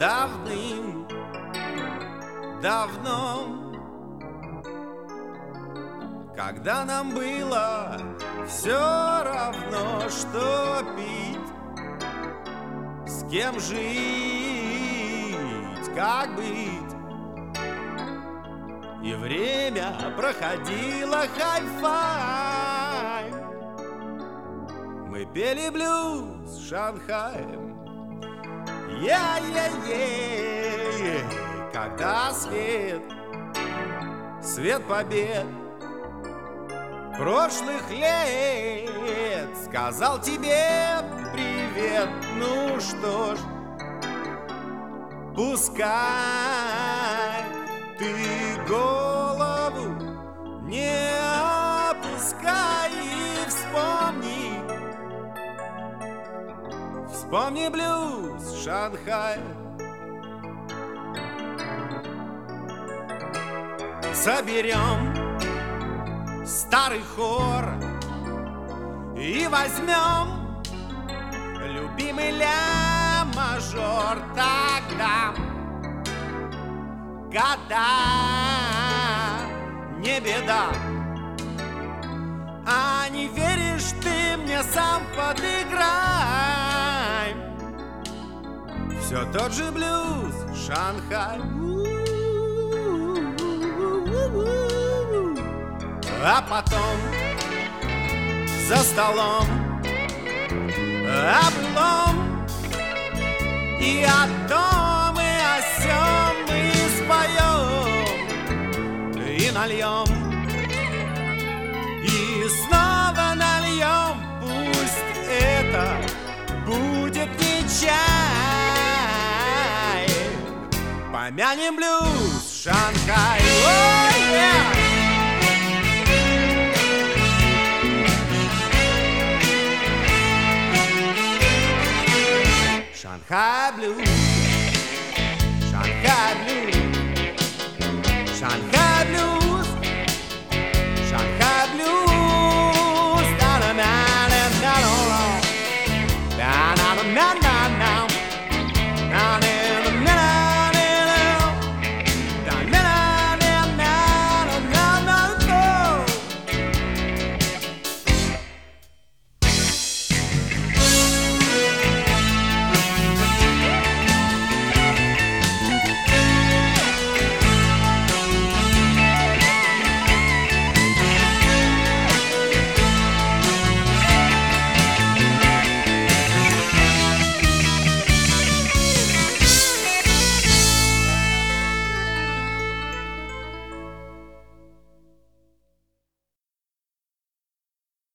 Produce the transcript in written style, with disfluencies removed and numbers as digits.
давным-давно, когда нам было все равно, что пить, с кем жить, как быть. И время проходило хай-фай. Мы пели блюз Шанхаем. Я-я-я, когда свет побед прошлых лет сказал тебе привет. Ну что ж, пускай ты голову не опускай и вспомни блюз Шанхая. Соберем старый хор и возьмем любимый ля-мажор. Тогда года не беда. А не веришь ты мне, сам подыграй. Все тот же блюз Шанхай. А потом за столом о былом и о том, и о сём мы споем и нальем, и снова нальем. Пусть это будет не чай, помянем блюз Шанхай. Oh, yeah! Shanghai Blues, Shanghai Blues.